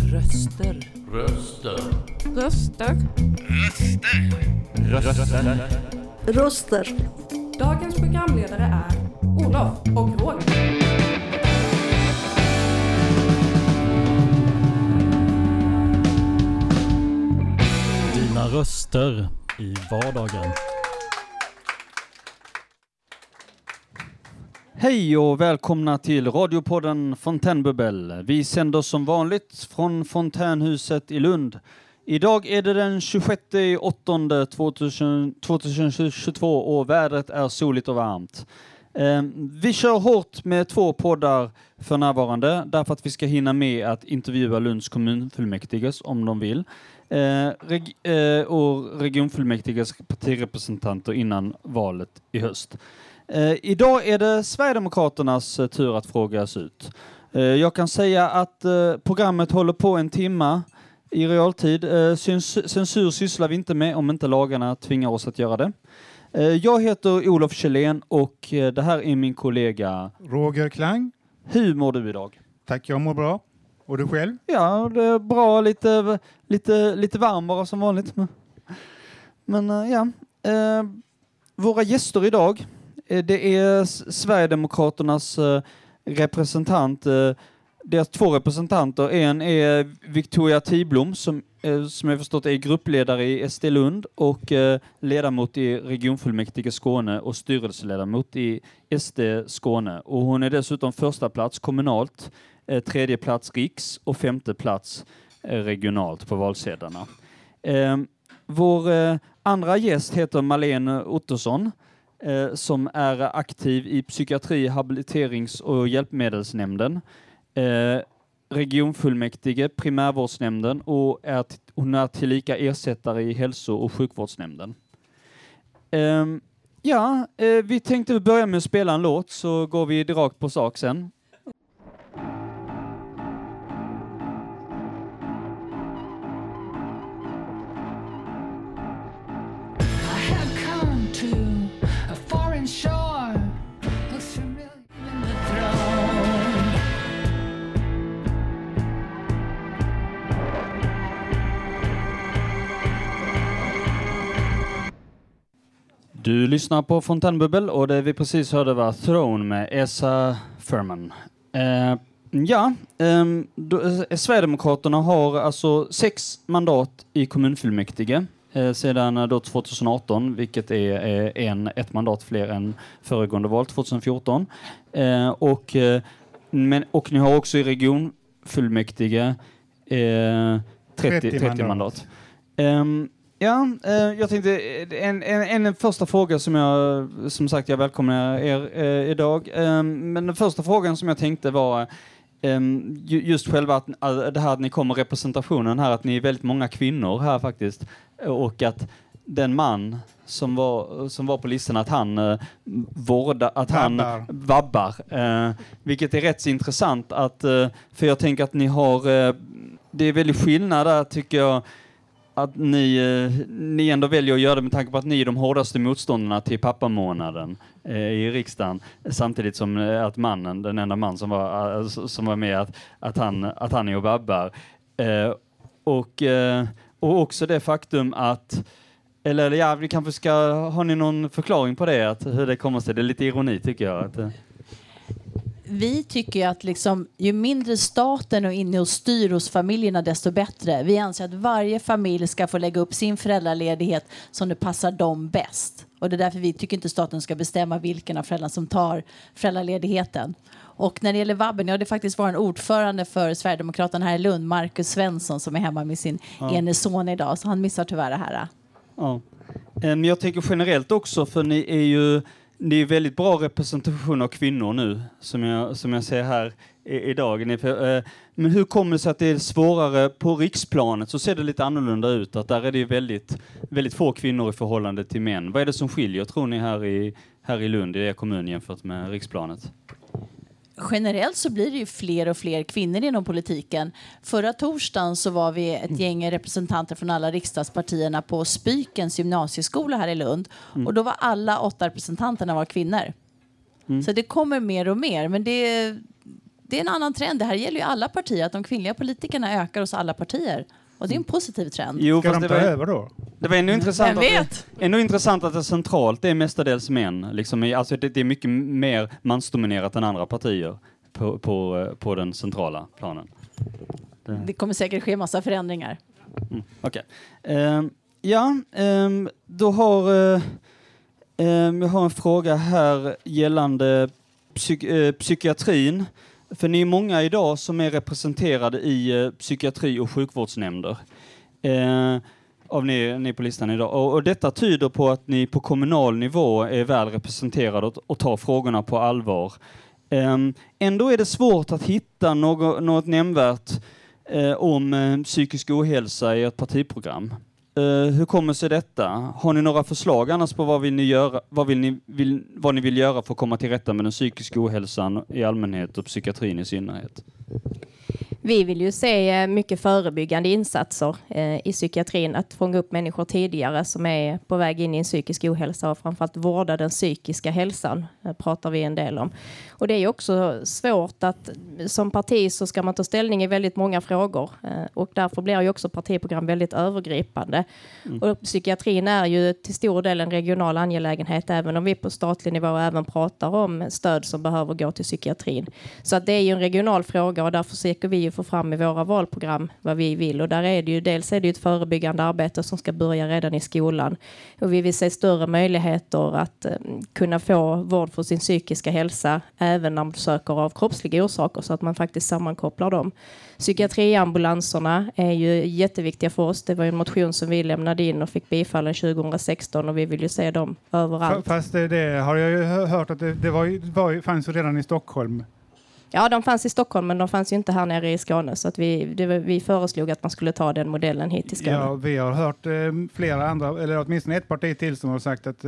Röster. Röster. Röster. Röster. Röster. Dagens programledare är Olof och Roger. Dina röster i vardagen. Hej och välkomna till radiopodden Fontänbubbel. Vi sänder som vanligt från Fontänhuset i Lund. Idag är det den 26/8/2022 och vädret är soligt och varmt. Vi kör hårt med 2 poddar för närvarande därför att vi ska hinna med att intervjua Lunds kommunfullmäktiges om de vill. Och regionfullmäktiges partirepresentanter innan valet i höst. Idag är det Sverigedemokraternas tur att frågas ut. Jag kan säga att programmet håller på en timma i realtid. Censur sysslar vi inte med om inte lagarna tvingar oss att göra det. Jag heter Olof Kjellén och det här är min kollega Roger Klang. Hur mår du idag? Tack, jag mår bra. Och du själv? Ja, det är bra. Lite varm bara som vanligt. Men ja. Våra gäster idag, det är Sverigedemokraternas representant. Deras 2 representanter. En är Victoria Tiblom som jag förstått är gruppledare i SD Lund och ledamot i regionfullmäktige Skåne och styrelseledamot i SD Skåne. Och hon är dessutom 1:a plats kommunalt, 3:e plats riks och 5:e plats regionalt på valsedlarna. Vår andra gäst heter Malene Ottosson som är aktiv i psykiatri-, habiliterings- och hjälpmedelsnämnden. Regionfullmäktige, primärvårdsnämnden och hon är tillika ersättare i hälso- och sjukvårdsnämnden. Vi tänkte börja med att spela en låt så går vi rakt på sak sen. Du lyssnar på Fontänbubbel och det vi precis hörde var Throne med Esa Furman. Sverigedemokraterna har alltså 6 mandat i kommunfullmäktige sedan då 2018, vilket är ett mandat fler än föregående val 2014. Och ni har också i regionfullmäktige 30 mandat. Jag tänkte en första fråga som sagt jag välkomnar er idag. Men den första frågan som jag tänkte var just själva det här att ni kommer representationen här, att ni är väldigt många kvinnor här faktiskt och att den man som var på listan att han vabbar, vilket är rätt så intressant för jag tänker att ni har det är väldigt skillnad där tycker jag. Att ni ändå väljer att göra det med tanke på att ni är de hårdaste motståndarna till pappamånaden i riksdagen. Samtidigt som att den enda man som var med, att han är och vabbar. Och också det faktum att, vi kanske har ni någon förklaring på det? Att hur det kommer sig? Det är lite ironi tycker jag. Vi tycker att ju mindre staten är inne och styr hos familjerna desto bättre. Vi anser att varje familj ska få lägga upp sin föräldraledighet som det passar dem bäst. Och det är därför vi tycker inte staten ska bestämma vilken av föräldrarna som tar föräldraledigheten. Och när det gäller vabben, det är faktiskt vår ordförande för Sverigedemokraterna här i Lund, Marcus Svensson, som är hemma med sin ene son idag. Så han missar tyvärr det här. Ja. Men jag tänker generellt också, för det är väldigt bra representation av kvinnor nu, som jag ser här idag. Men hur kommer det sig att det är svårare på riksplanet? Så ser det lite annorlunda ut. Att där är det väldigt, väldigt få kvinnor i förhållande till män. Vad är det som skiljer, tror ni, här i Lund, i er kommun, jämfört med riksplanet? Generellt så blir det ju fler och fler kvinnor inom politiken. Förra torsdagen så var vi ett gäng representanter från alla riksdagspartierna på Spykens gymnasieskola här i Lund. Och då var alla 8 representanterna kvinnor. Så det kommer mer och mer. Men det är en annan trend. Det här gäller ju alla partier. Att de kvinnliga politikerna ökar hos alla partier. Och det är en positiv trend. Jo, Ska fast de ta över då? det var ändå intressant, Vem vet? ändå intressant att det är centralt. Det är mestadels män. Liksom, alltså det är mycket mer mansdominerat än andra partier på den centrala planen. Det kommer säkert ske massa förändringar. Okej. Då har jag har en fråga här gällande psykiatrin. För ni är många idag som är representerade i psykiatri- och sjukvårdsnämnder. Av ni på listan idag. Och detta tyder på att ni på kommunal nivå är väl representerade och tar frågorna på allvar. Ändå är det svårt att hitta något nämnvärt om psykisk ohälsa i ett partiprogram. Hur kommer sig detta? Har ni några förslag annars på vad ni vill göra för att komma till rätta med den psykiska ohälsan i allmänhet och psykiatrin i synnerhet? Vi vill ju se mycket förebyggande insatser i psykiatrin, att fånga upp människor tidigare som är på väg in i en psykisk ohälsa och framförallt vårda den psykiska hälsan pratar vi en del om. Och det är ju också svårt att som parti så ska man ta ställning i väldigt många frågor och därför blir ju också partiprogram väldigt övergripande. Och psykiatrin är ju till stor del en regional angelägenhet även om vi på statlig nivå även pratar om stöd som behöver gå till psykiatrin. Så att det är ju en regional fråga och därför försöker vi ju få fram i våra valprogram vad vi vill och där är det ju dels är det ju ett förebyggande arbete som ska börja redan i skolan och vi vill se större möjligheter att kunna få vård för sin psykiska hälsa även när man söker av kroppsliga orsaker så att man faktiskt sammankopplar dem. Psykiatriambulanserna är ju jätteviktiga för oss. Det var en motion som vi lämnade in och fick bifallen 2016 och vi vill ju se dem överallt. Fast det har jag ju hört att det fanns redan i Stockholm. Ja, de fanns i Stockholm men de fanns ju inte här nere i Skåne så att vi föreslog att man skulle ta den modellen hit till Skåne. Ja, vi har hört flera andra, eller åtminstone ett parti till som har sagt att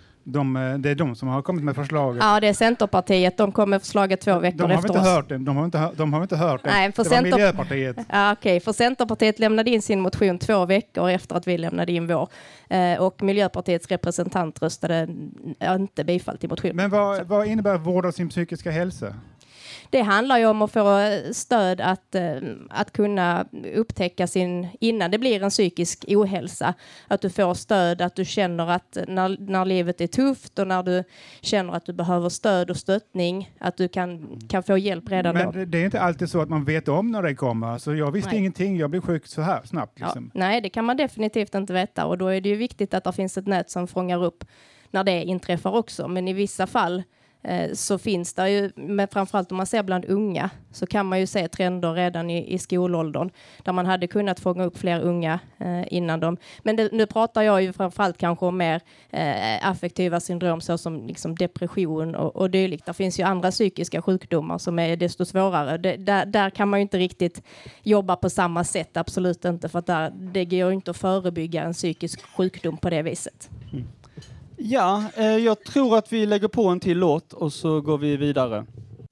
det är de som har kommit med förslaget. Ja, det är Centerpartiet. De kom med förslaget 2 veckor efter oss. De har inte hört det. Nej, det var Miljöpartiet. Ja, okej. För Centerpartiet lämnade in sin motion 2 veckor efter att vi lämnade in vår. Och Miljöpartiets representant röstade inte bifall till motionen. Men vad innebär vård av sin psykiska hälsa? Det handlar ju om att få stöd att kunna upptäcka innan det blir en psykisk ohälsa. Att du får stöd, att du känner att när livet är tufft och när du känner att du behöver stöd och stöttning, att du kan få hjälp redan då. Men det är inte alltid så att man vet om när det kommer. Alltså jag visste ingenting, jag blev sjuk så här snabbt. Liksom. Ja, nej, det kan man definitivt inte veta och då är det ju viktigt att det finns ett nät som fångar upp när det inträffar också. Men i vissa fall så finns det ju, men framförallt om man ser bland unga så kan man ju se trender redan i skolåldern där man hade kunnat fånga upp fler unga innan dem. Men nu pratar jag ju framförallt kanske om mer affektiva syndrom såsom liksom depression och dylikt. Det finns ju andra psykiska sjukdomar som är desto svårare. Där kan man ju inte riktigt jobba på samma sätt, absolut inte, för att det går ju inte att förebygga en psykisk sjukdom på det viset. Mm. Ja, jag tror att vi lägger på en till låt och så går vi vidare.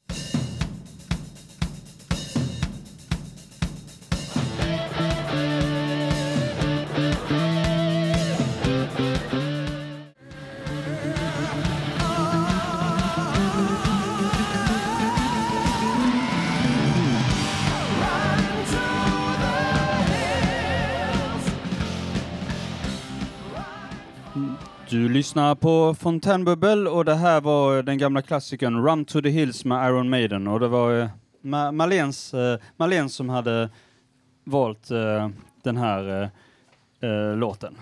Du lyssnar på Fontänbubbel och det här var den gamla klassikern Run to the Hills med Iron Maiden och det var Marlens som hade valt den här låten.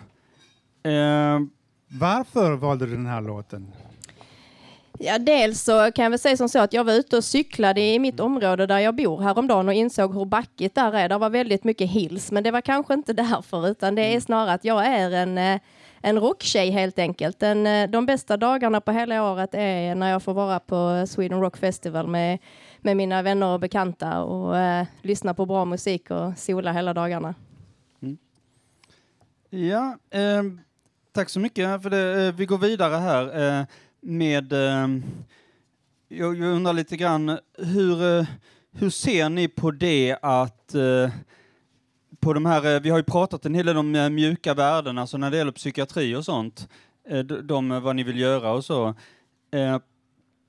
Varför valde du den här låten? Ja, dels så kan jag väl säga som så att jag var ute och cyklade i mitt område där jag bor häromdagen och insåg hur backigt där är. Det var väldigt mycket hills, men det var kanske inte därför utan det är snarare att jag är en rocktjej helt enkelt. De bästa dagarna på hela året är när jag får vara på Sweden Rock Festival med mina vänner och bekanta och lyssna på bra musik och sola hela dagarna. Mm. Ja, tack så mycket för det. Vi går vidare här med... Jag undrar lite grann, hur ser ni på det att... på de här, vi har ju pratat en hel del om mjuka värden, alltså när det gäller psykiatri och sånt, vad ni vill göra och så.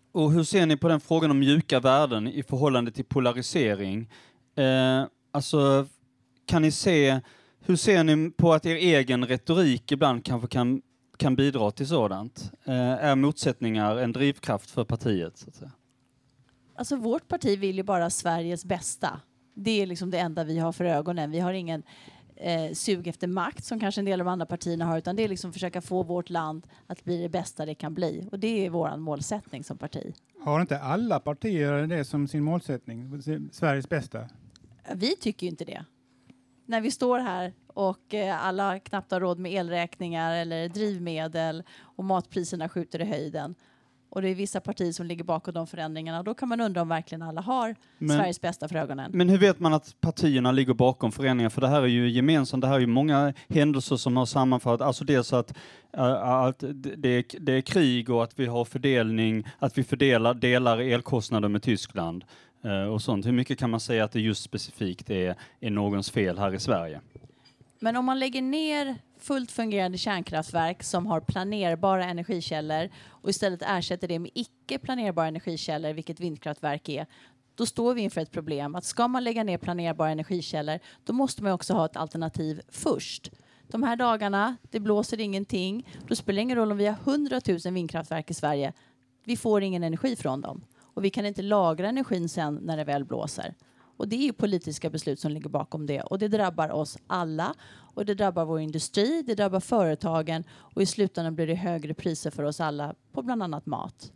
Och hur ser ni på den frågan om mjuka värden i förhållande till polarisering? Alltså, kan ni se, hur ser ni på att er egen retorik ibland kanske kan bidra till sådant? Är motsättningar en drivkraft för partiet, så att säga? Alltså vårt parti vill ju bara Sveriges bästa. Det är liksom det enda vi har för ögonen. Vi har ingen sug efter makt som kanske en del av de andra partierna har, utan det är liksom försöka få vårt land att bli det bästa det kan bli. Och det är vår målsättning som parti. Har inte alla partier det som sin målsättning? Sveriges bästa? Vi tycker ju inte det. När vi står här och alla knappt har råd med elräkningar eller drivmedel och matpriserna skjuter i höjden. Och det är vissa partier som ligger bakom de förändringarna. Då kan man undra om verkligen alla har Sveriges bästa för ögonen. Men hur vet man att partierna ligger bakom förändringar? För det här är ju gemensamt. Det här är ju många händelser som har sammanfattat. Alltså dels att det är krig och att vi har fördelning. Att vi delar elkostnader med Tyskland. Och sånt. Hur mycket kan man säga att det just specifikt är någons fel här i Sverige? Men om man lägger ner fullt fungerande kärnkraftverk som har planerbara energikällor och istället ersätter det med icke planerbara energikällor, vilket vindkraftverk är, då står vi inför ett problem. Att ska man lägga ner planerbara energikällor, då måste man också ha ett alternativ först. De här dagarna, det blåser ingenting. Då spelar det ingen roll om vi har 100 000 vindkraftverk i Sverige. Vi får ingen energi från dem. Och vi kan inte lagra energin sen när det väl blåser. Och det är ju politiska beslut som ligger bakom det. Och det drabbar oss alla. Och det drabbar vår industri, det drabbar företagen. Och i slutändan blir det högre priser för oss alla på bland annat mat.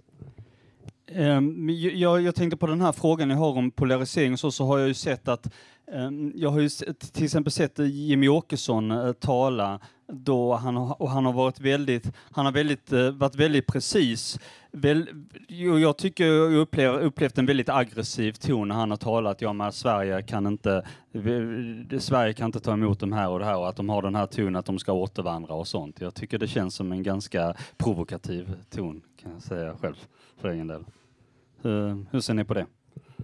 Jag tänkte på den här frågan jag har om polarisering. Så har jag ju sett att jag har ju till exempel sett Jimmie Åkesson tala då han har varit väldigt precis. Jag tycker jag upplevt en väldigt aggressiv ton när han har talat om att Sverige kan inte ta emot de här och det här, och att de har den här tonen att de ska återvandra och sånt. Jag tycker det känns som en ganska provokativ ton, kan jag säga själv för egen del. Hur ser ni på det?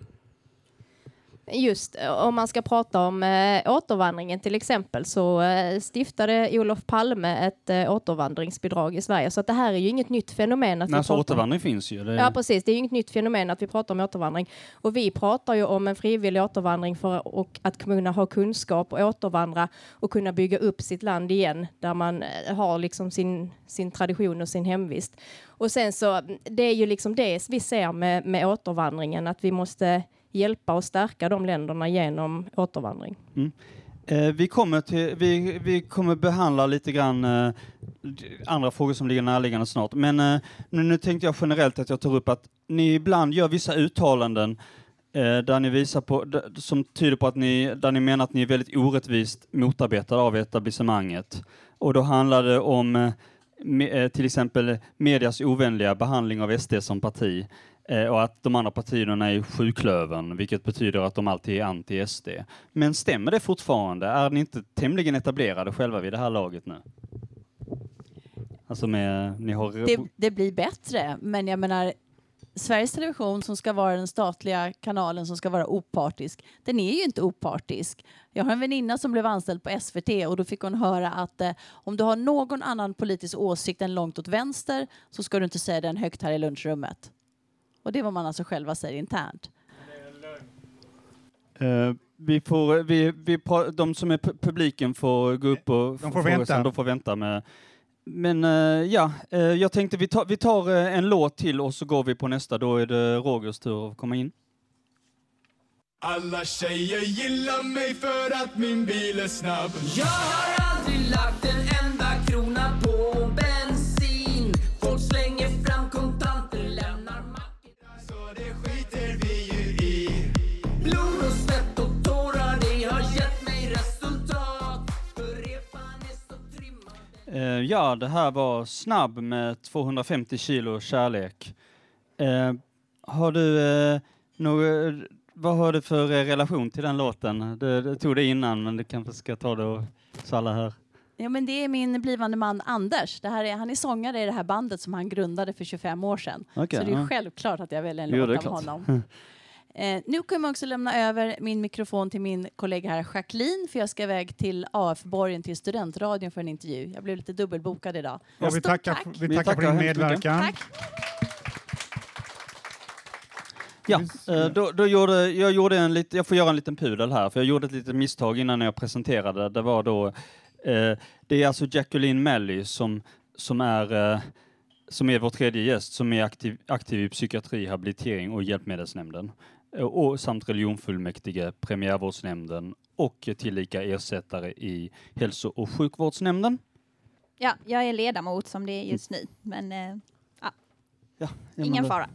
Just om man ska prata om återvandringen till exempel, så stiftade Olof Palme ett återvandringsbidrag i Sverige. Så att det här är ju inget nytt fenomen. Återvandring finns ju. Ja, precis. Det är ju inget nytt fenomen att vi pratar om återvandring. Och vi pratar ju om en frivillig återvandring för att kunna ha kunskap och återvandra och kunna bygga upp sitt land igen där man har liksom sin tradition och sin hemvist. Och sen så, det är ju liksom det vi ser med återvandringen, att vi måste hjälpa och stärka de länderna genom återvandring. Mm. Vi kommer behandla lite grann andra frågor som ligger närliggande snart. Men nu tänkte jag generellt att jag tar upp att ni ibland gör vissa uttalanden där ni visar på, som tyder på att där ni menar att ni är väldigt orättvist motarbetade av etablissemanget. Och då handlar det om till exempel medias ovänliga behandling av SD som parti. Och att de andra partierna är sjuklövern, vilket betyder att de alltid är anti-SD. Men stämmer det fortfarande? Är ni inte tämligen etablerade själva vid det här laget nu? Alltså det blir bättre, men jag menar, Sveriges Television som ska vara den statliga kanalen som ska vara opartisk, den är ju inte opartisk. Jag har en väninna som blev anställd på SVT och då fick hon höra att om du har någon annan politisk åsikt än långt åt vänster så ska du inte säga den högt här i lunchrummet. Och det är vad man alltså själva säger internt. De som är publiken får gå upp och de får vänta med. Men jag tänkte vi tar en låt till och så går vi på nästa. Då är det Rogers tur att komma in. Alla tjejer gillar mig för att min bil är snabb. Jag har aldrig lagt en enda krona på bensin. Folk slänger fram kontanter, lämnar macken. Så det skiter vi ju i. Blod och svett och tårar, det har gett mig resultat. För repan är så trimmad. Det här var Snabb med 250 kilo kärlek. Har du vad har du för relation till den låten? Det tog det innan, men du kanske ska ta det och så alla här. Ja, men det är min blivande man Anders. Han är sångare i det här bandet som han grundade för 25 år sedan. Okay, så det är självklart att jag väljer en låt av honom. Nu kommer jag också lämna över min mikrofon till min kollega här Jacqueline, för jag ska iväg till AF-borgen till studentradion för en intervju. Jag blev lite dubbelbokad idag. Ja, vi tackar för din medverkan. Tack. Ja, jag gjorde jag får göra en liten pudel här, för jag gjorde ett litet misstag innan jag presenterade. Det var då, det är alltså Jacqueline Melly som är vår tredje gäst, som är aktiv i psykiatri, habilitering och hjälpmedelsnämnden. Och samt regionfullmäktige, premiärvårdsnämnden och tillika ersättare i hälso- och sjukvårdsnämnden. Ja, jag är ledamot som det är just nu, men ingen fara.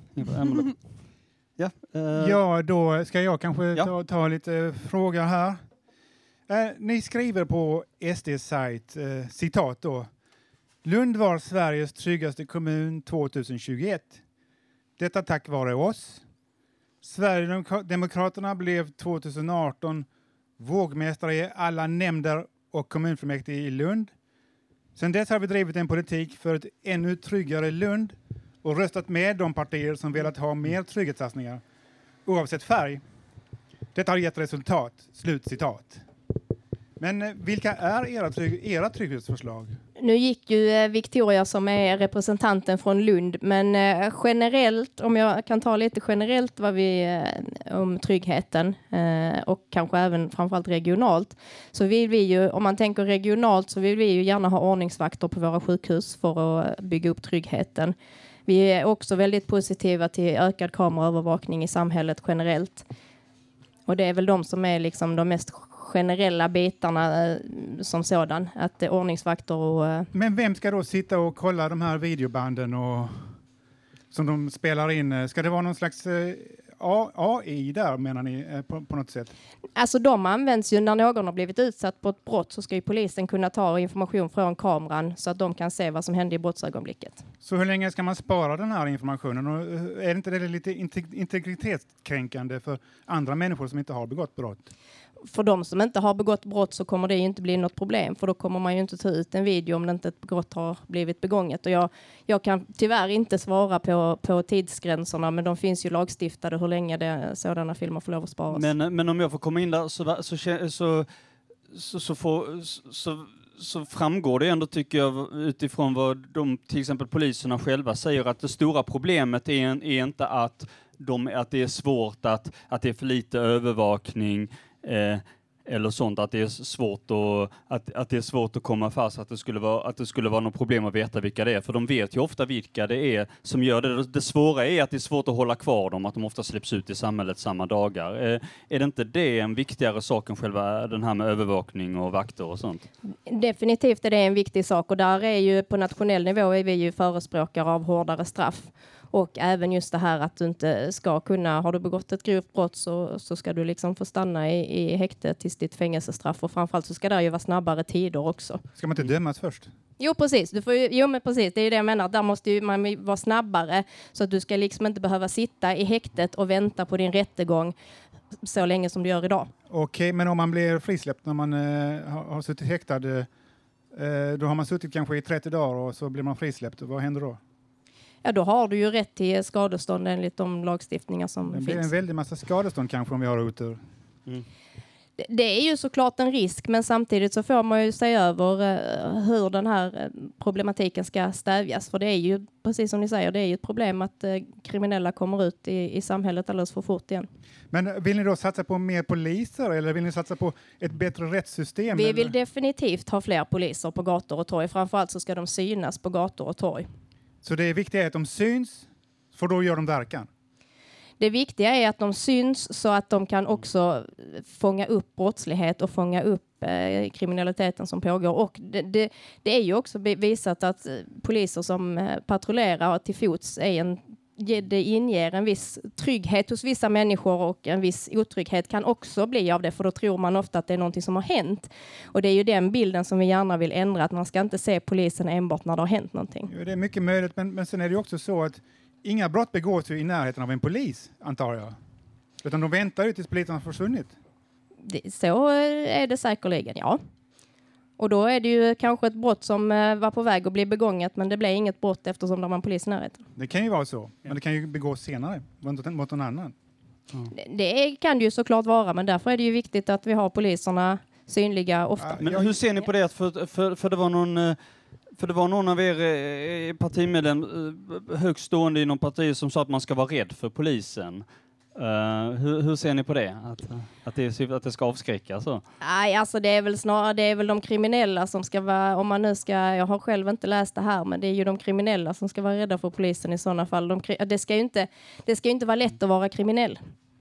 Ja, då ska jag kanske ta lite frågor här. Ni skriver på SDs sajt, citat då. Lund var Sveriges tryggaste kommun 2021. Detta tack vare oss. Sverigedemokraterna blev 2018 vågmästare i alla nämnder och kommunfullmäktige i Lund. Sedan dess har vi drivit en politik för ett ännu tryggare Lund och röstat med de partier som velat ha mer trygghetssatsningar, oavsett färg. Detta har gett resultat. Slutcitat. Men vilka är era trygghetsförslag? Nu gick ju Victoria som är representanten från Lund, men generellt, om jag kan ta lite generellt vad vi om tryggheten och kanske även framförallt regionalt, så vill vi ju, om man tänker regionalt, så vill vi ju gärna ha ordningsvakter på våra sjukhus för att bygga upp tryggheten. Vi är också väldigt positiva till ökad kameraövervakning i samhället generellt. Och det är väl de som är liksom de mest generella bitarna som sådan, att det är ordningsvakter och... Men vem ska då sitta och kolla de här videobanden och som de spelar in? Ska det vara någon slags AI där, menar ni, på något sätt? Alltså de används ju när någon har blivit utsatt på ett brott, så ska ju polisen kunna ta information från kameran så att de kan se vad som hände i brottsögonblicket. Så hur länge ska man spara den här informationen? Och är det inte det lite integritetskränkande för andra människor som inte har begått brott? För de som inte har begått brott så kommer det ju inte bli något problem, för då kommer man ju inte ta ut en video om det inte ett brott har blivit begånget. Och jag kan tyvärr inte svara på tidsgränserna, men de finns ju lagstiftade hur länge sådana filmer får lov att sparas. Men om jag får komma in där så framgår det ändå, tycker jag, utifrån vad de, till exempel poliserna själva säger, att det stora problemet är inte att det är svårt, att det är för lite övervakning eller sånt, att det är svårt att komma fast, att det skulle vara något problem att veta vilka det är, för de vet ju ofta vilka det är som gör det. Det svåra är att det är svårt att hålla kvar dem, att de ofta släpps ut i samhället samma dagar. Är det inte det en viktigare sak än själva den här med övervakning och vakter och sånt? Definitivt är det en viktig sak, och där är ju på nationell nivå är vi ju förespråkare av hårdare straff. Och även just det här att du inte ska kunna, har du begått ett grovt brott så ska du liksom få stanna i häktet tills ditt fängelsestraff, och framförallt så ska det ju vara snabbare tider också. Ska man inte dömas först? Jo, precis. Men precis, det är ju det jag menar. Där måste ju man vara snabbare, så att du ska liksom inte behöva sitta i häktet och vänta på din rättegång så länge som du gör idag. Okej, men om man blir frisläppt när man har suttit häktad, då har man suttit kanske i 30 dagar och så blir man frisläppt. Vad händer då? Ja, då har du ju rätt till skadestånd enligt de lagstiftningar som finns. Det blir en väldig massa skadestånd kanske om vi har otur. Mm. Det är ju såklart en risk, men samtidigt så får man ju se över hur den här problematiken ska stävjas. För det är ju, precis som ni säger, det är ju ett problem att kriminella kommer ut i samhället alldeles för fort igen. Men vill ni då satsa på mer poliser, eller vill ni satsa på ett bättre rättssystem? Vi vill definitivt ha fler poliser på gator och torg. Framförallt så ska de synas på gator och torg. Så det viktiga är att de syns, för då gör de verkan? Det viktiga är att de syns så att de kan också fånga upp brottslighet och fånga upp kriminaliteten som pågår. Och det är ju också visat att poliser som patrullerar till fots det inger en viss trygghet hos vissa människor, och en viss otrygghet kan också bli av det, för då tror man ofta att det är någonting som har hänt. Och det är ju den bilden som vi gärna vill ändra, att man ska inte se polisen enbart när det har hänt någonting. Ja, det är mycket möjligt, men sen är det ju också så att inga brott begås i närheten av en polis, antar jag. Utan de väntar ju tills polisen har försvunnit. Så är det säkerligen, ja. Och då är det ju kanske ett brott som var på väg att bli begånget, men det blev inget brott eftersom det var en polis i närheten. Det kan ju vara så, men det kan ju begås senare mot någon annan. Det kan det ju såklart vara, men därför är det ju viktigt att vi har poliserna synliga ofta. Men hur ser ni på det? För det var någon av er partimedlem högst stående inom partiet som sa att man ska vara rädd för polisen. Hur ser ni på det? Att det ska avskräcka så? Nej, alltså det är väl snarare de kriminella som ska vara, om man nu ska, jag har själv inte läst det här, men det är ju de kriminella som ska vara rädda för polisen i sådana fall. Det ska ju inte vara lätt att vara kriminell.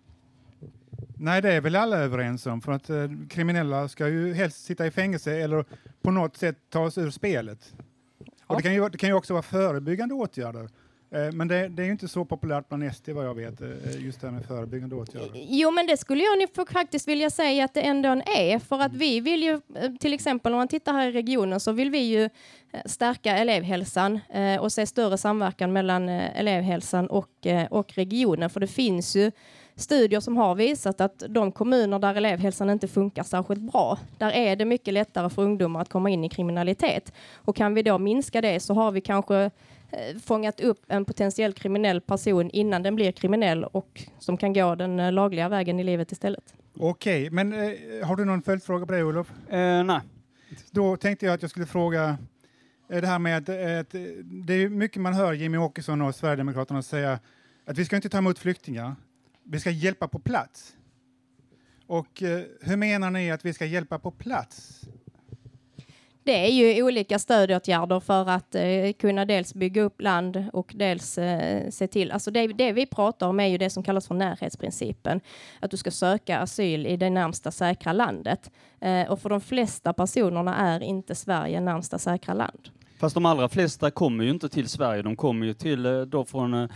Nej, det är väl alla överens om, för att kriminella ska ju helst sitta i fängelse eller på något sätt tas ur spelet. Och det kan ju också vara förebyggande åtgärder. Men det är ju inte så populärt bland SD vad jag vet, just det här med förebyggande åtgärder. Jo, men det skulle jag faktiskt vilja säga att det ändå är. För att vi vill ju, till exempel om man tittar här i regionen, så vill vi ju stärka elevhälsan och se större samverkan mellan elevhälsan och regionen. För det finns ju studier som har visat att de kommuner där elevhälsan inte funkar särskilt bra, där är det mycket lättare för ungdomar att komma in i kriminalitet. Och kan vi då minska det, så har vi kanske fångat upp en potentiell kriminell person innan den blir kriminell och som kan gå den lagliga vägen i livet istället. Okej, men har du någon följdfråga på det, Olof? Nej. Då tänkte jag att jag skulle fråga det här med att det är mycket man hör Jimmy Åkesson och Sverigedemokraterna säga att vi ska inte ta emot flyktingar, vi ska hjälpa på plats. Och hur menar ni att vi ska hjälpa på plats? Det är ju olika stödåtgärder för att kunna dels bygga upp land och dels se till. Alltså det vi pratar om är ju det som kallas för närhetsprincipen. Att du ska söka asyl i det närmsta säkra landet. Och för de flesta personerna är inte Sverige närmsta säkra land. Fast de allra flesta kommer ju inte till Sverige. De kommer ju till då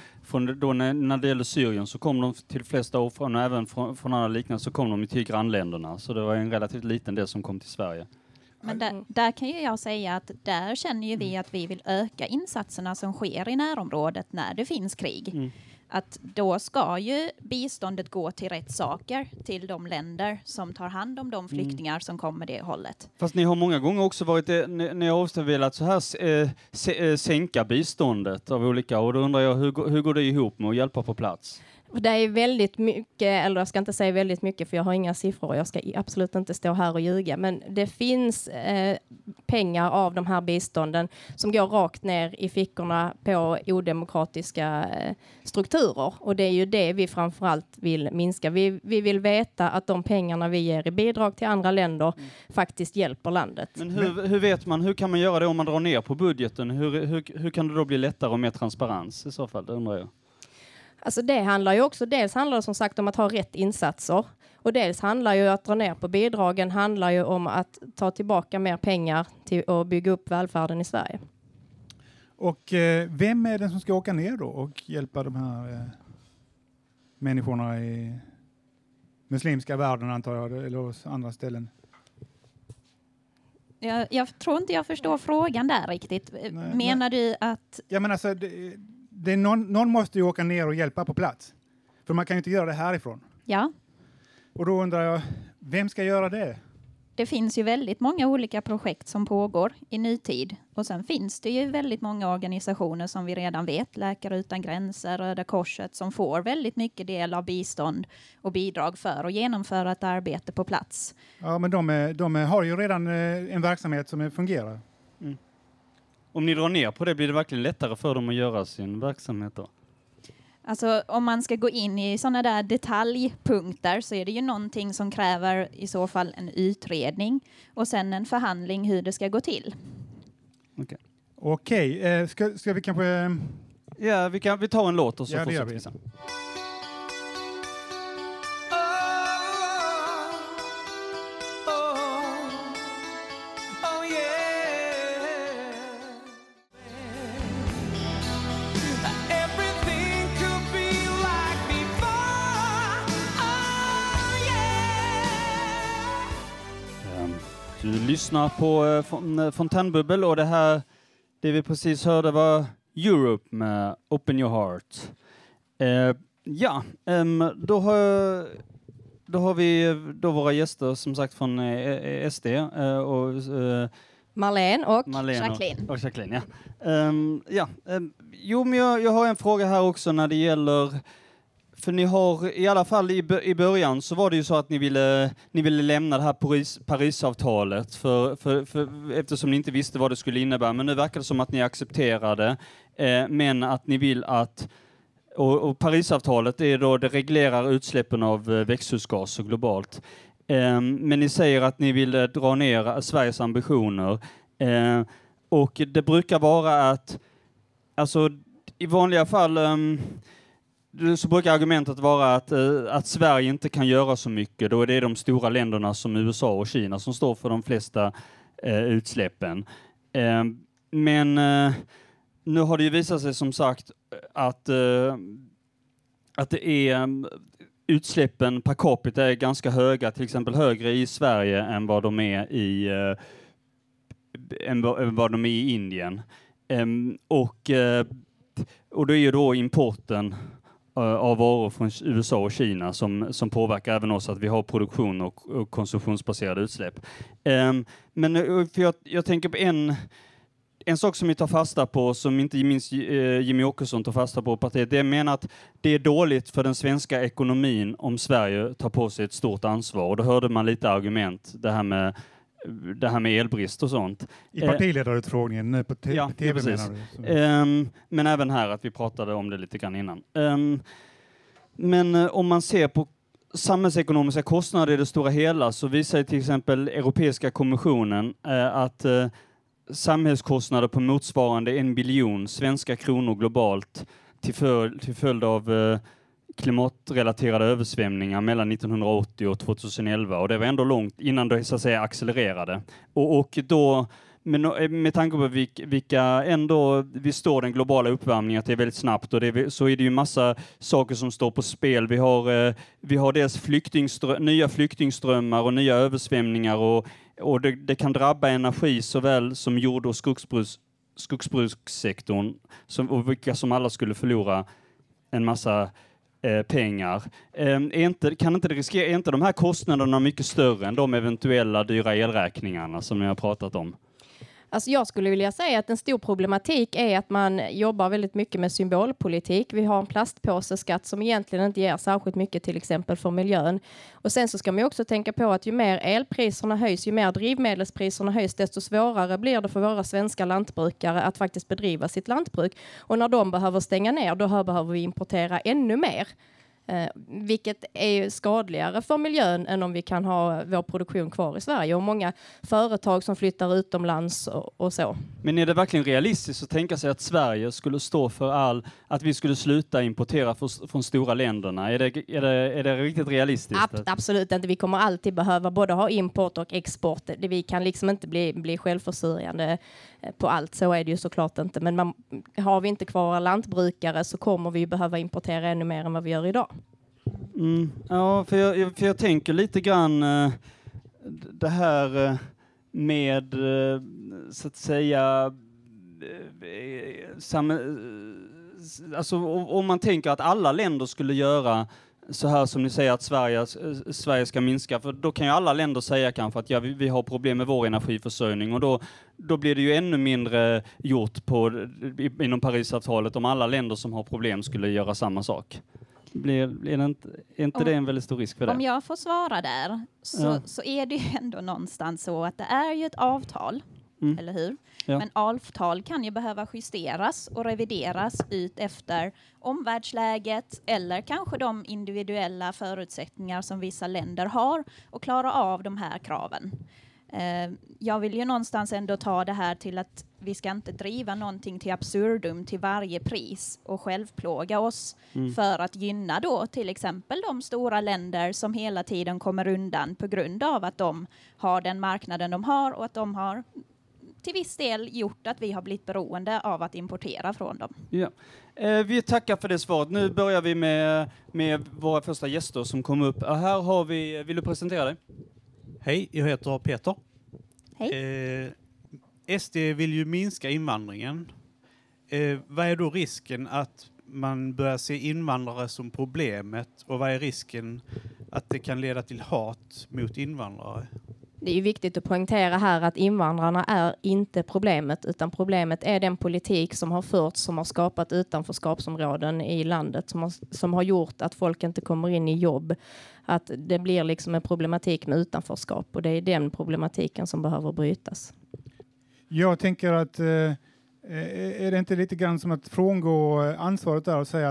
när det gäller Syrien så kom de till flesta år från, även från andra liknande så kom de till grannländerna. Så det var en relativt liten del som kom till Sverige. Men där kan ju jag säga att där känner ju vi att vi vill öka insatserna som sker i närområdet när det finns krig. Att då ska ju biståndet gå till rätt saker, till de länder som tar hand om de flyktingar som kommer det hållet. Fast ni har många gånger också varit, ni har ofta velat så här sänka biståndet av olika, och då undrar jag hur går det ihop med att hjälpa på plats? Det är väldigt mycket, eller jag ska inte säga väldigt mycket för jag har inga siffror och jag ska absolut inte stå här och ljuga, men det finns pengar av de här bistånden som går rakt ner i fickorna på odemokratiska strukturer, och det är ju det vi framförallt vill minska. Vi vill veta att de pengarna vi ger i bidrag till andra länder faktiskt hjälper landet. Men hur vet man, hur kan man göra det om man drar ner på budgeten? Hur kan det då bli lättare och mer transparens i så fall, det undrar jag. Alltså det handlar ju också, dels handlar det som sagt om att ha rätt insatser, och dels handlar ju att dra ner på bidragen handlar ju om att ta tillbaka mer pengar till att bygga upp välfärden i Sverige. Och vem är den som ska åka ner då och hjälpa de här människorna i muslimska världen, antar jag, eller hos andra ställen? Jag tror inte jag förstår frågan där riktigt. Menar du att... Ja, men alltså, någon måste ju åka ner och hjälpa på plats. För man kan ju inte göra det härifrån. Ja. Och då undrar jag, vem ska göra det? Det finns ju väldigt många olika projekt som pågår i nutid. Och sen finns det ju väldigt många organisationer som vi redan vet. Läkare utan gränser, Röda Korset, som får väldigt mycket del av bistånd och bidrag för att genomföra ett arbete på plats. Ja, men de har ju redan en verksamhet som fungerar. Mm. Om ni drar ner på det, blir det verkligen lättare för dem att göra sin verksamhet då? Alltså om man ska gå in i sådana där detaljpunkter så är det ju någonting som kräver i så fall en utredning och sen en förhandling hur det ska gå till. Okej. Ska vi kanske... Ja, vi tar en låt och så fortsätter vi sen. Du lyssnar på Fontänbubbel och det vi precis hörde var Europe med Open Your Heart. Då har vi våra gäster som sagt från SD och Marlene och Jacqueline. Men jag har en fråga här också när det gäller. För ni har i alla fall i början så var det ju så att ni ville lämna det här Parisavtalet för eftersom ni inte visste vad det skulle innebära. Men nu verkar det som att ni accepterade, men att ni vill att Och Parisavtalet är då, det reglerar utsläppen av växthusgaser globalt. Men ni säger att ni vill dra ner Sveriges ambitioner. Och det brukar vara att, alltså i vanliga fall så brukar argumentet vara att Sverige inte kan göra så mycket. Då är det de stora länderna som USA och Kina som står för de flesta utsläppen. Men nu har det ju visat sig som sagt att det är utsläppen per capita är ganska höga, till exempel högre i Sverige än vad de är i Indien. Och det är ju då importen av varor från USA och Kina som påverkar även oss, att vi har produktion och konsumtionsbaserade utsläpp. Men för jag tänker på en sak som vi tar fasta på, som inte minst Jimmy Åkesson tar fasta på partiet, det menar att det är dåligt för den svenska ekonomin om Sverige tar på sig ett stort ansvar. Och då hörde man lite argument, det här med elbrist och sånt. I partiledarutfrågningen nu på TV precis. menar du? Men även här, att vi pratade om det lite grann innan. Men om man ser på samhällsekonomiska kostnader i det stora hela, så visar till exempel Europeiska kommissionen att samhällskostnader på motsvarande 1 biljon svenska kronor globalt till följd av klimatrelaterade översvämningar mellan 1980 och 2011, och det var ändå långt innan det så att säga accelererade. Och då, med tanke på vilka ändå vi står den globala uppvärmningen, att det är väldigt snabbt, och så är det ju massa saker som står på spel. Vi har dels nya flyktingströmmar och nya översvämningar, och det kan drabba energi såväl som jord- och skogsbrukssektorn, och vilka som alla skulle förlora en massa pengar. Är inte de här kostnaderna mycket större än de eventuella dyra elräkningarna som ni har pratat om? Alltså jag skulle vilja säga att en stor problematik är att man jobbar väldigt mycket med symbolpolitik. Vi har en plastpåseskatt som egentligen inte ger särskilt mycket, till exempel för miljön. Och sen så ska man också tänka på att ju mer elpriserna höjs, ju mer drivmedelspriserna höjs, desto svårare blir det för våra svenska lantbrukare att faktiskt bedriva sitt lantbruk. Och när de behöver stänga ner, då behöver vi importera ännu mer. Vilket är skadligare för miljön än om vi kan ha vår produktion kvar i Sverige, och många företag som flyttar utomlands och så. Men är det verkligen realistiskt att tänka sig att Sverige skulle stå för att vi skulle sluta importera från stora länderna? Är det riktigt realistiskt? Absolut inte. Vi kommer alltid behöva både ha import och export. Vi kan liksom inte bli självförsörjande på allt, så är det ju såklart inte. Men har vi inte kvar lantbrukare så kommer vi behöva importera ännu mer än vad vi gör idag. Ja, för jag tänker lite grann det här med så att säga alltså om man tänker att alla länder skulle göra så här som ni säger att Sverige ska minska, för då kan ju alla länder säga kanske att vi har problem med vår energiförsörjning, och då blir det ju ännu mindre gjort inom Parisavtalet om alla länder som har problem skulle göra samma sak. Är inte det en väldigt stor risk för det? Om jag får svara där så är det ju ändå någonstans så att det är ju ett avtal, eller hur? Ja. Men avtal kan ju behöva justeras och revideras ut efter omvärldsläget eller kanske de individuella förutsättningar som vissa länder har och klara av de här kraven. Jag vill ju någonstans ändå ta det här till att vi ska inte driva någonting till absurdum till varje pris och självplåga oss för att gynna då till exempel de stora länder som hela tiden kommer undan på grund av att de har den marknaden de har och att de har till viss del gjort att vi har blivit beroende av att importera från dem. Ja. Vi tackar för det svaret. Nu börjar vi med våra första gäster som kom upp. Här har vi, vill du presentera dig? Hej, jag heter Peter. Hej. SD vill ju minska invandringen. Vad är då risken att man börjar se invandrare som problemet, och vad är risken att det kan leda till hat mot invandrare? Det är ju viktigt att poängtera här att invandrarna är inte problemet, utan problemet är den politik som har förts, som har skapat utanförskapsområden i landet, som har gjort att folk inte kommer in i jobb. Att det blir liksom en problematik med utanförskap, och det är den problematiken som behöver brytas. Jag tänker att är det inte lite grann som att frångå ansvaret där och säga att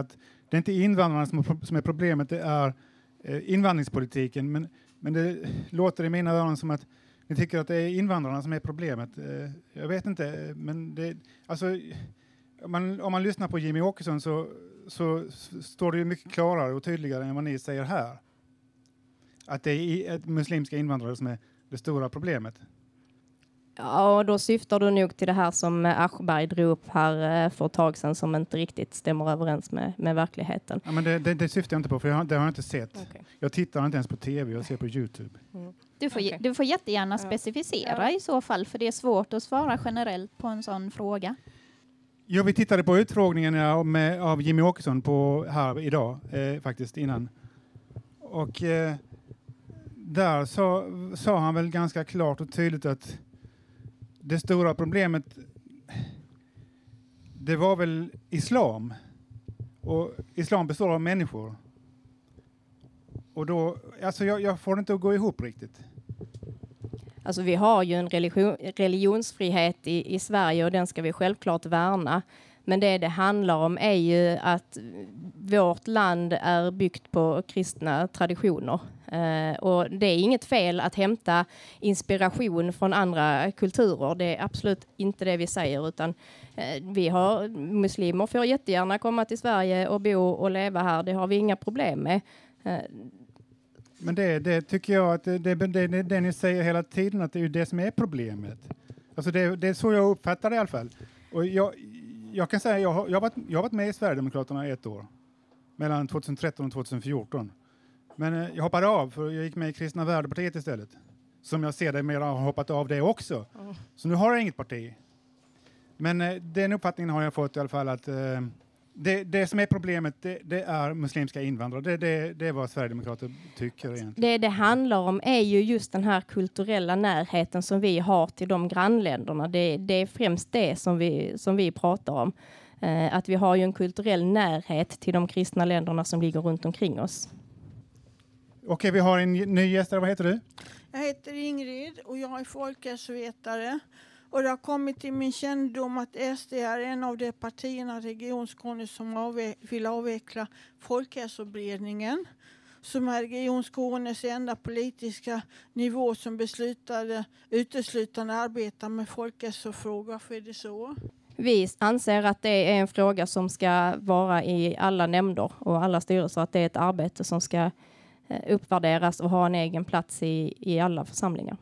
det är inte invandrarna som är problemet, det är invandringspolitiken. Men det låter i mina öron som att ni tycker att det är invandrarna som är problemet. Jag vet inte, men det, alltså, om man lyssnar på Jimmie Åkesson så står det ju mycket klarare och tydligare än vad ni säger här. Att det är muslimska invandrare som är det stora problemet. Ja, och då syftar du nog till det här som Aschberg drog upp här för ett tag sedan som inte riktigt stämmer överens med verkligheten. Ja, men det syftar jag inte på, för det har jag inte sett. Okay. Jag tittar inte ens på tv, jag ser på YouTube. Mm. Du får jättegärna specificera i så fall, för det är svårt att svara generellt på en sån fråga. Ja, vi tittade på utfrågningen av Jimmie Åkesson här idag, faktiskt innan. Och där sa han väl ganska klart och tydligt att det stora problemet, det var väl islam. Och islam består av människor. Och då, alltså jag får det inte att gå ihop riktigt. Alltså vi har ju en religionsfrihet i Sverige och den ska vi självklart värna. Men det handlar om är ju att vårt land är byggt på kristna traditioner. Och det är inget fel att hämta inspiration från andra kulturer. Det är absolut inte det vi säger, utan muslimer får jättegärna komma till Sverige och bo och leva här. Det har vi inga problem med. Men det tycker jag att det ni säger hela tiden, att det är ju det som är problemet. Alltså det är så jag uppfattar det i alla fall. Och jag kan säga jag har varit med i Sverigedemokraterna 1 år. Mellan 2013 och 2014. Men jag hoppade av för jag gick med i Kristna Värdepartiet istället. Som jag ser det mer har hoppat av det också. Så nu har jag inget parti. Men den uppfattningen har jag fått i alla fall att det som är problemet det är muslimska invandrare. Det är vad Sverigedemokrater tycker egentligen. Det handlar om är ju just den här kulturella närheten som vi har till de grannländerna. Det är främst det som vi pratar om. Att vi har ju en kulturell närhet till de kristna länderna som ligger runt omkring oss. Okej, vi har en ny gäst. Vad heter du? Jag heter Ingrid och jag är folkhälsovetare. Och det har kommit till min kännedom att SD är en av de partierna i Region Skåne som vill avveckla Folkhälsoberedningen. Som är Region Skånes enda politiska nivå som beslutade uteslutande arbeta med folkhälsofrågor. Varför är det så? Vi anser att det är en fråga som ska vara i alla nämnder och alla styrelser. Att det är ett arbete som ska uppvärderas och ha en egen plats i alla församlingar.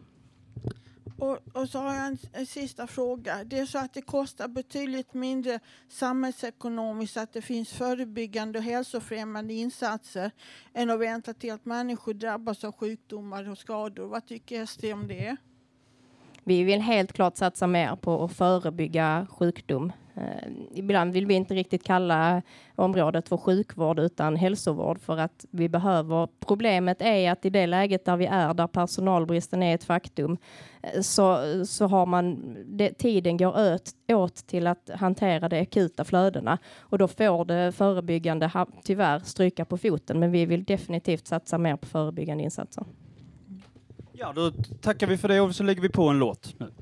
Och så har jag en sista fråga. Det är så att det kostar betydligt mindre samhällsekonomiskt att det finns förebyggande och hälsofrämjande insatser än att vänta till att människor drabbas av sjukdomar och skador. Vad tycker SD om det? Vi vill helt klart satsa mer på att förebygga sjukdom. Ibland vill vi inte riktigt kalla området för sjukvård utan hälsovård för att vi behöver. Problemet är att i det läget där vi är, där personalbristen är ett faktum, så har man tiden går åt till att hantera de akuta flödena och då får det förebyggande tyvärr stryka på foten, men vi vill definitivt satsa mer på förebyggande insatser. Ja, då tackar vi för det och så lägger vi på en låt nu.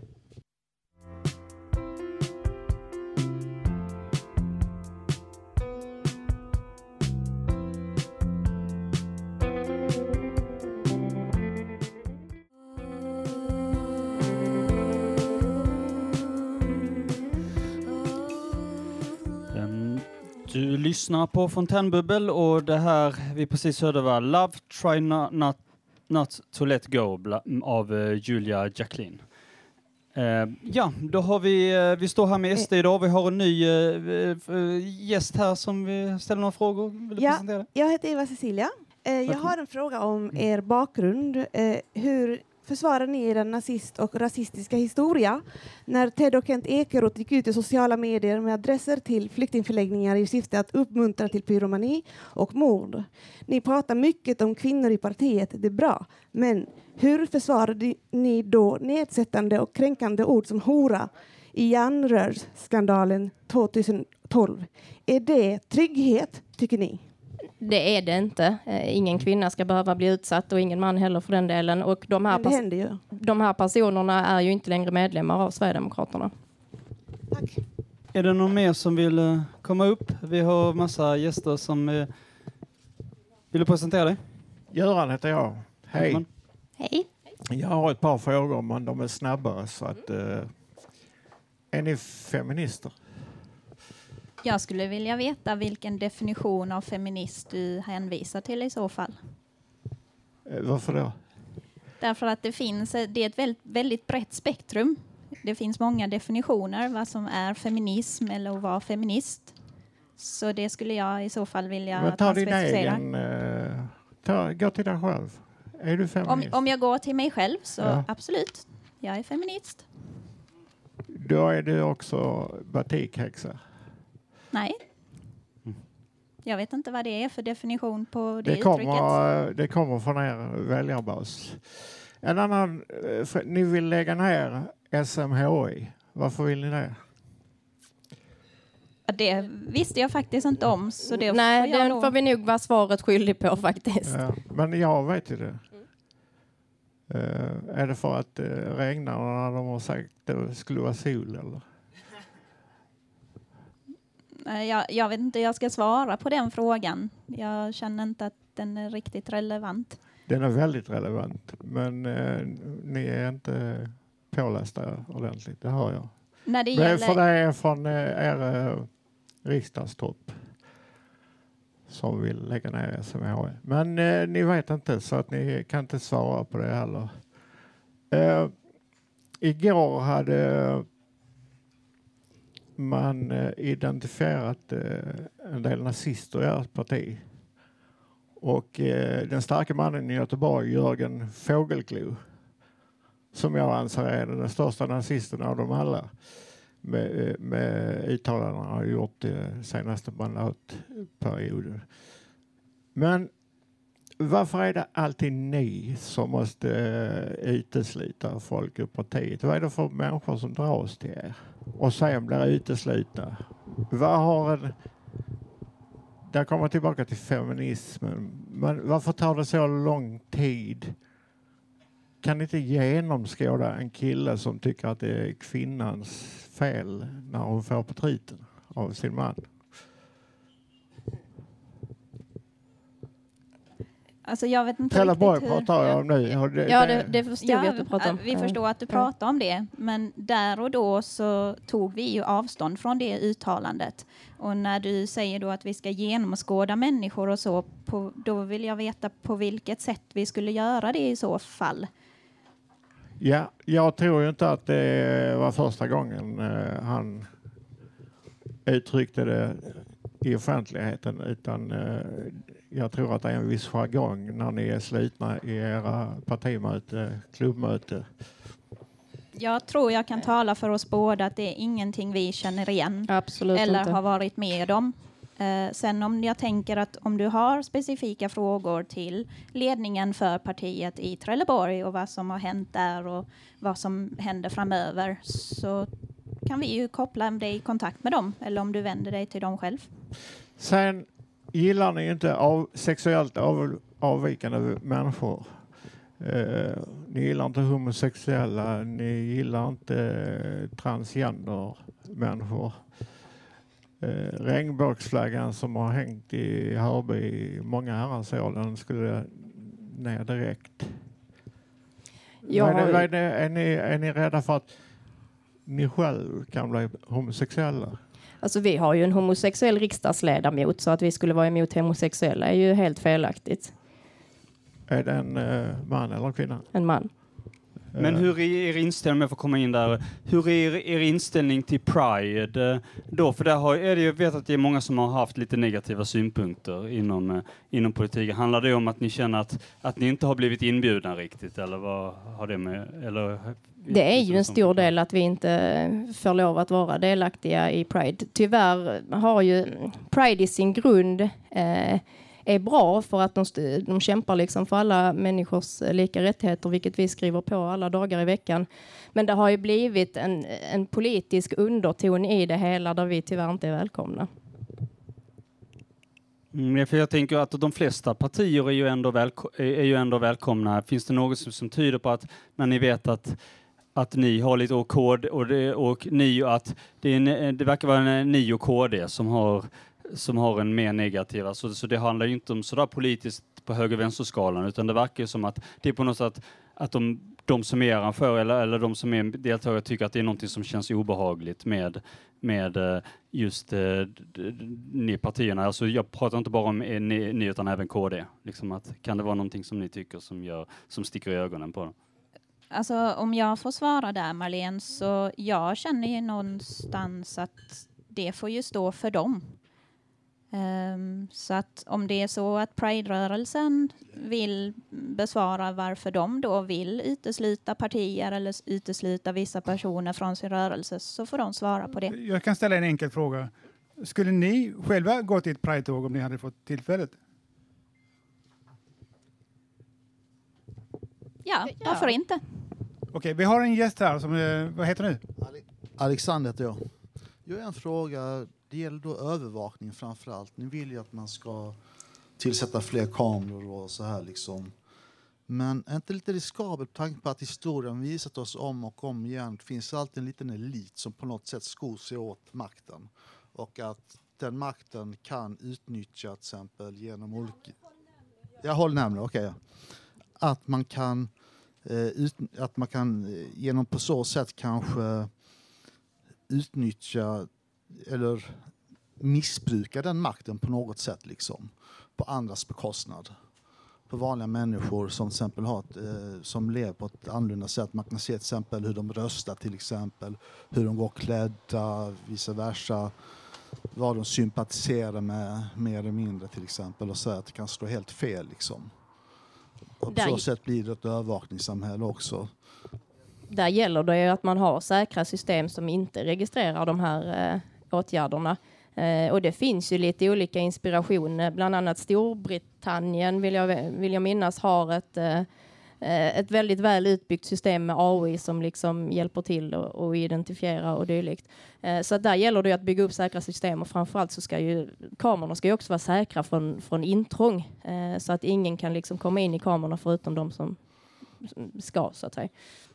Du lyssnar på Fontänbubbel och det här vi precis hörde var Love, Try Not to Let Go av Julia Jacqueline. Ja, då har vi står här med SD idag. Vi har en ny gäst här som vi ställer några frågor. Vill du presentera? Jag heter Eva Cecilia. Jag har en fråga om er bakgrund. Hur försvarar ni er nazist- och rasistiska historia när Ted och Kent Ekeroth gick ut i sociala medier med adresser till flyktingförläggningar i syfte att uppmuntra till pyromani och mord? Ni pratar mycket om kvinnor i partiet, det är bra. Men hur försvarar ni då nedsättande och kränkande ord som hora i järnrörsskandalen 2012? Är det trygghet, tycker ni? Det är det inte. Ingen kvinna ska behöva bli utsatt och ingen man heller för den delen. Och de här personerna är ju inte längre medlemmar av Sverigedemokraterna. Tack. Är det någon mer som vill komma upp? Vi har massa gäster som vill du presentera dig? Göran heter jag. Hej. Hej. Jag har ett par frågor, men de är snabbare. Så att, är ni feminister? Jag skulle vilja veta vilken definition av feminist du hänvisar till i så fall. Varför då? Därför att det är ett väldigt, väldigt brett spektrum. Det finns många definitioner vad som är feminism eller att vara feminist. Så det skulle jag i så fall vilja Men ta din specificera. egen... gå till dig själv. Är du feminist? Om jag går till mig själv så absolut. Jag är feminist. Då är du också batikhäxa. Nej. Jag vet inte vad det är för definition på det uttrycket. Det kommer från er väljarbas. En annan, ni vill lägga ner SMHI. Varför vill ni det? Det visste jag faktiskt inte om. Så det får vi nog vara svaret skyldig på faktiskt. Ja, men jag vet ju det. Är det för att regnar när de har sagt att det skulle vara sol eller? Jag vet inte hur jag ska svara på den frågan. Jag känner inte att den är riktigt relevant. Den är väldigt relevant, men ni är inte pålästa ordentligt, det hör jag. När det gäller... För det är från er riksdagstopp som vill lägga ner SMHI. Men ni vet inte, så att ni kan inte svara på det heller. Igår hade man identifierat en del nazister i ert parti. Och den starka mannen i Göteborg, Jörgen Fågelklo, som jag anser är den största nazisten av dem alla, med uttalanden han har gjort senaste mandatperioden. Men varför är det alltid ni som måste utesluta folk ur partiet? Vad är det för människor som dras till er och sen blir uteslutna? Vad har en... Där kommer tillbaka till feminismen. Men varför tar det så lång tid? Kan inte genomskåda en kille som tycker att det är kvinnans fel när hon får på triten av sin man? Alltså jag vet inte Trelleborg riktigt hur... pratar jag om nu. Det förstod vi att du pratade om. Vi förstår att du pratar om det. Men där och då så tog vi ju avstånd från det uttalandet. Och när du säger då att vi ska genomskåda människor och så, då vill jag veta på vilket sätt vi skulle göra det i så fall. Ja, jag tror ju inte att det var första gången han uttryckte det i offentligheten, utan jag tror att det är en viss jargong när ni är slutna i era partimöte, klubbmöte. Jag tror jag kan tala för oss båda att det är ingenting vi känner igen. Absolut eller inte. har varit med om. Sen om jag tänker att om du har specifika frågor till ledningen för partiet i Trelleborg och vad som har hänt där och vad som händer framöver, så kan vi ju koppla dig i kontakt med dem, eller om du vänder dig till dem själv. Sen gillar ni inte sexuellt avvikande människor. Ni gillar inte homosexuella, ni gillar inte transgender människor. Regnbågsflaggan som har hängt i Hörby i många herrans år, den skulle ner direkt. Är ni rädda för att ni själv kan bli homosexuella? Alltså vi har ju en homosexuell riksdagsledamot, så att vi skulle vara emot homosexuella är ju helt felaktigt. Är det en man eller kvinna? En man. Men hur är er inställning, om jag får komma in där, hur är er inställning till Pride då? För där jag vet att det är många som har haft lite negativa synpunkter inom politiken. Handlar det om att ni känner att ni inte har blivit inbjudna riktigt, eller vad har det med? Eller, det är ju en stor del att vi inte får lov att vara delaktiga i Pride. Tyvärr har ju Pride i sin grund är bra för att de kämpar liksom för alla människors lika rättigheter, vilket vi skriver på alla dagar i veckan. Men det har ju blivit en politisk underton i det hela där vi tyvärr inte är välkomna. För jag tänker att de flesta partier är ju ändå välkomna. Finns det något som tyder på att när ni vet att att ni har lite KD och ni att det verkar vara ni och KD som har en mer negativa. Så det handlar ju inte om sådär politiskt på höger-vänsterskalan, utan det verkar som att det är på något sätt att de som är arrangörer eller de som är deltagare tycker att det är någonting som känns obehagligt med just ni partierna. Alltså jag pratar inte bara om ni utan även KD. Liksom att, kan det vara någonting som ni tycker som sticker i ögonen på dem? Alltså om jag får svara där, Marlene, så jag känner ju någonstans att det får ju stå för dem. Så att om det är så att Pride-rörelsen vill besvara varför de då vill utesluta partier eller utesluta vissa personer från sin rörelse, så får de svara på det. Jag kan ställa en enkel fråga. Skulle ni själva gå till ett Pride-tåg om ni hade fått tillfället? Ja, varför inte? Okej, vi har en gäst här som, vad heter du? Alexander heter jag. Jag har en fråga, det gäller då övervakning framförallt. Ni vill ju att man ska tillsätta fler kameror och så här liksom. Men är inte lite riskabelt tanke på att historien visat oss om och om igen. Det finns alltid en liten elit som på något sätt skor sig åt makten. Och att den makten kan utnyttja till exempel genom olika... Jag håller nämligen, okej. Att man kan genom på så sätt kanske utnyttja eller missbruka den makten på något sätt liksom, på andras bekostnad. På vanliga människor som till exempel som lever på ett annorlunda sätt. Man kan se till exempel hur de röstar till exempel, hur de går klädda, vice versa, vad de sympatiserar med mer eller mindre till exempel, och så att det kan stå helt fel liksom. Och på så sätt blir det ett övervakningssamhälle också. Där gäller det ju att man har säkra system som inte registrerar de här åtgärderna. Och det finns ju lite olika inspirationer. Bland annat Storbritannien vill jag minnas har ett väldigt väl utbyggt system med AI som liksom hjälper till att identifiera och dylikt. Så där gäller det att bygga upp säkra system, och framförallt så ska ju kamerorna ska ju också vara säkra från intrång, så att ingen kan liksom komma in i kamerorna förutom de som ska, så att säga.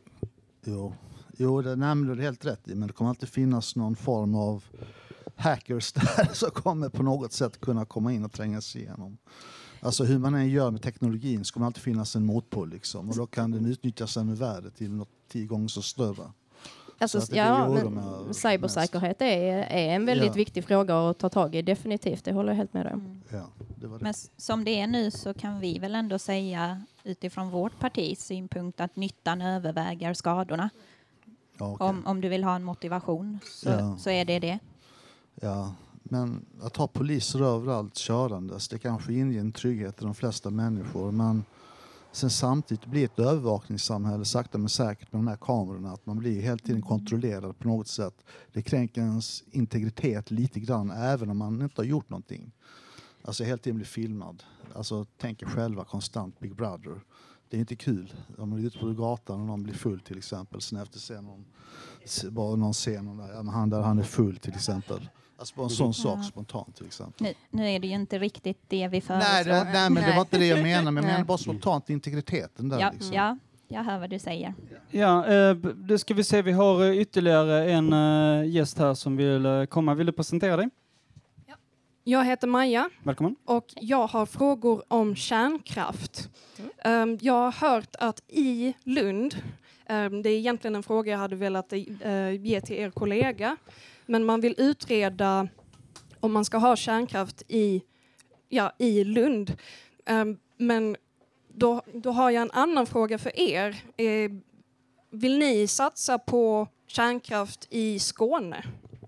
Jo, det nämnde du helt rätt i, men det kommer alltid finnas någon form av hackers där som kommer på något sätt kunna komma in och tränga sig igenom. Alltså hur man än gör med teknologin så kommer alltid finnas en motpol liksom, och då kan den utnyttjas ännu värde till något 10 gånger så större. Alltså, cybersäkerhet är en väldigt viktig fråga att ta tag i, definitivt, det håller jag helt med om. Ja, det var det. Men som det är nu så kan vi väl ändå säga utifrån vårt partis synpunkt att nyttan överväger skadorna. Ja, okay. Om du vill ha en motivation så är det. Ja, men att ha poliser överallt körandes, det kanske inger en trygghet till de flesta människor, men sen samtidigt blir ett övervakningssamhälle sakta men säkert med de här kamerorna, att man blir helt tiden kontrollerad på något sätt. Det kränker ens integritet lite grann, även om man inte har gjort någonting. Alltså helt tiden blir filmad. Alltså tänk er själva konstant Big Brother. Det är inte kul om man är ute på gatan och någon blir full till exempel. Sen efter ser någon ser någon där, han är full till exempel. Alltså bara en sån sak spontant till exempel. Nu är det ju inte riktigt det vi föreslår. Nej, men det var inte det jag menade. Men jag menar bara spontant integriteten där. Ja, liksom. ja, jag hör vad du säger. Ja, det ska vi se. Vi har ytterligare en gäst här som vill komma. Vill du presentera dig? Ja. Jag heter Maja. Välkommen. Och jag har frågor om kärnkraft. Jag har hört att i Lund, det är egentligen en fråga jag hade velat ge till er kollega, men man vill utreda om man ska ha kärnkraft i Lund. Men då har jag en annan fråga för er. Vill ni satsa på kärnkraft i Skåne?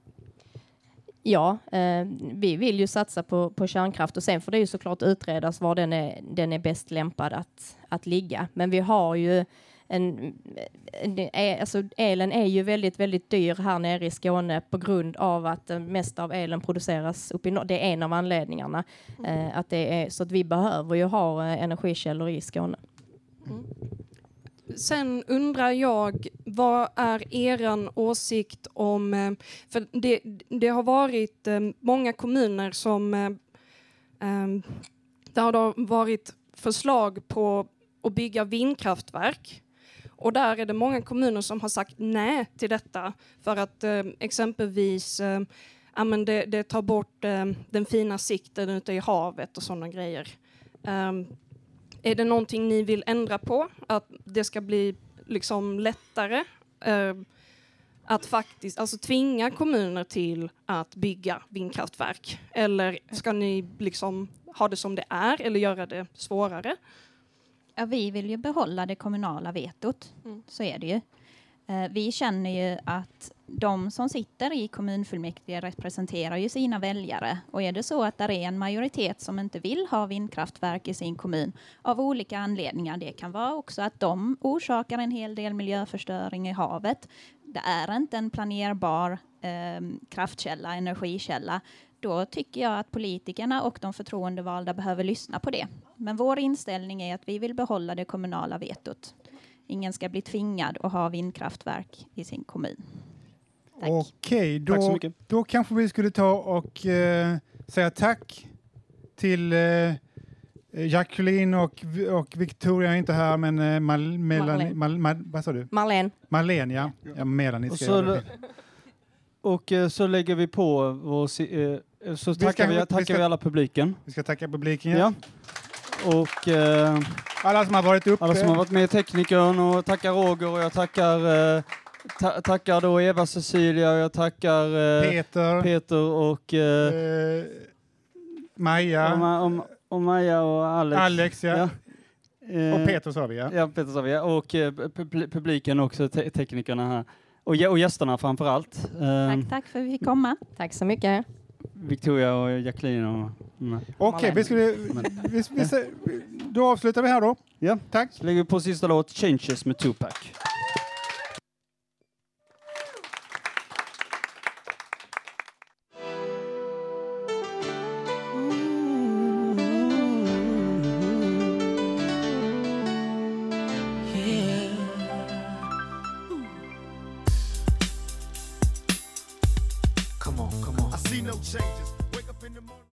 Ja, vi vill ju satsa på kärnkraft, och sen får det ju såklart utredas var den är bäst lämpad att ligga. Men vi har ju alltså elen är ju väldigt, väldigt dyr här nere i Skåne på grund av att mest av elen produceras uppe i norr. Det är en av anledningarna. Att det är, så att vi behöver ju ha energikällor i Skåne. Sen undrar jag, vad är eran åsikt om... För det har varit många kommuner som... Det har varit förslag på att bygga vindkraftverk. Och där är det många kommuner som har sagt nej till detta för att exempelvis det tar bort den fina sikten ute i havet och sådana grejer. Är det någonting ni vill ändra på? Att det ska bli liksom lättare att faktiskt tvinga kommuner till att bygga vindkraftverk? Eller ska ni liksom ha det som det är eller göra det svårare? Ja, vi vill ju behålla det kommunala vetot. Så är det ju. Vi känner ju att de som sitter i kommunfullmäktige representerar ju sina väljare. Och är det så att det är en majoritet som inte vill ha vindkraftverk i sin kommun av olika anledningar. Det kan vara också att de orsakar en hel del miljöförstöring i havet. Det är inte en planerbar kraftkälla, energikälla. Då tycker jag att politikerna och de förtroendevalda behöver lyssna på det. Men vår inställning är att vi vill behålla det kommunala vetot. Ingen ska bli tvingad att ha vindkraftverk i sin kommun. Tack. Okej, Tack så mycket. då kanske vi skulle ta och säga tack till Jacqueline och Victoria är inte här, men vad sa du? Marlene, ja. Melanie ska göra det. Och så lägger vi på vår... så tackar vi alla publiken. Vi ska tacka publiken, ja. Och alla som har varit uppe. Alla som har varit med, teknikern, och tackar Roger, och jag tackar då Eva Cecilia, och jag tackar Peter och Maja. Och Maja och Alex. Ja. Och Peter sa vi, ja. Ja, Peter sa vi, ja. Och publiken också, teknikerna här. Och gästerna framför allt. Tack för att vi fick komma. Tack så mycket. Victoria och Jacqueline. Okej, då avslutar vi här då. Ja. Tack. Så lägger vi på sista låt, Changes med Tupac.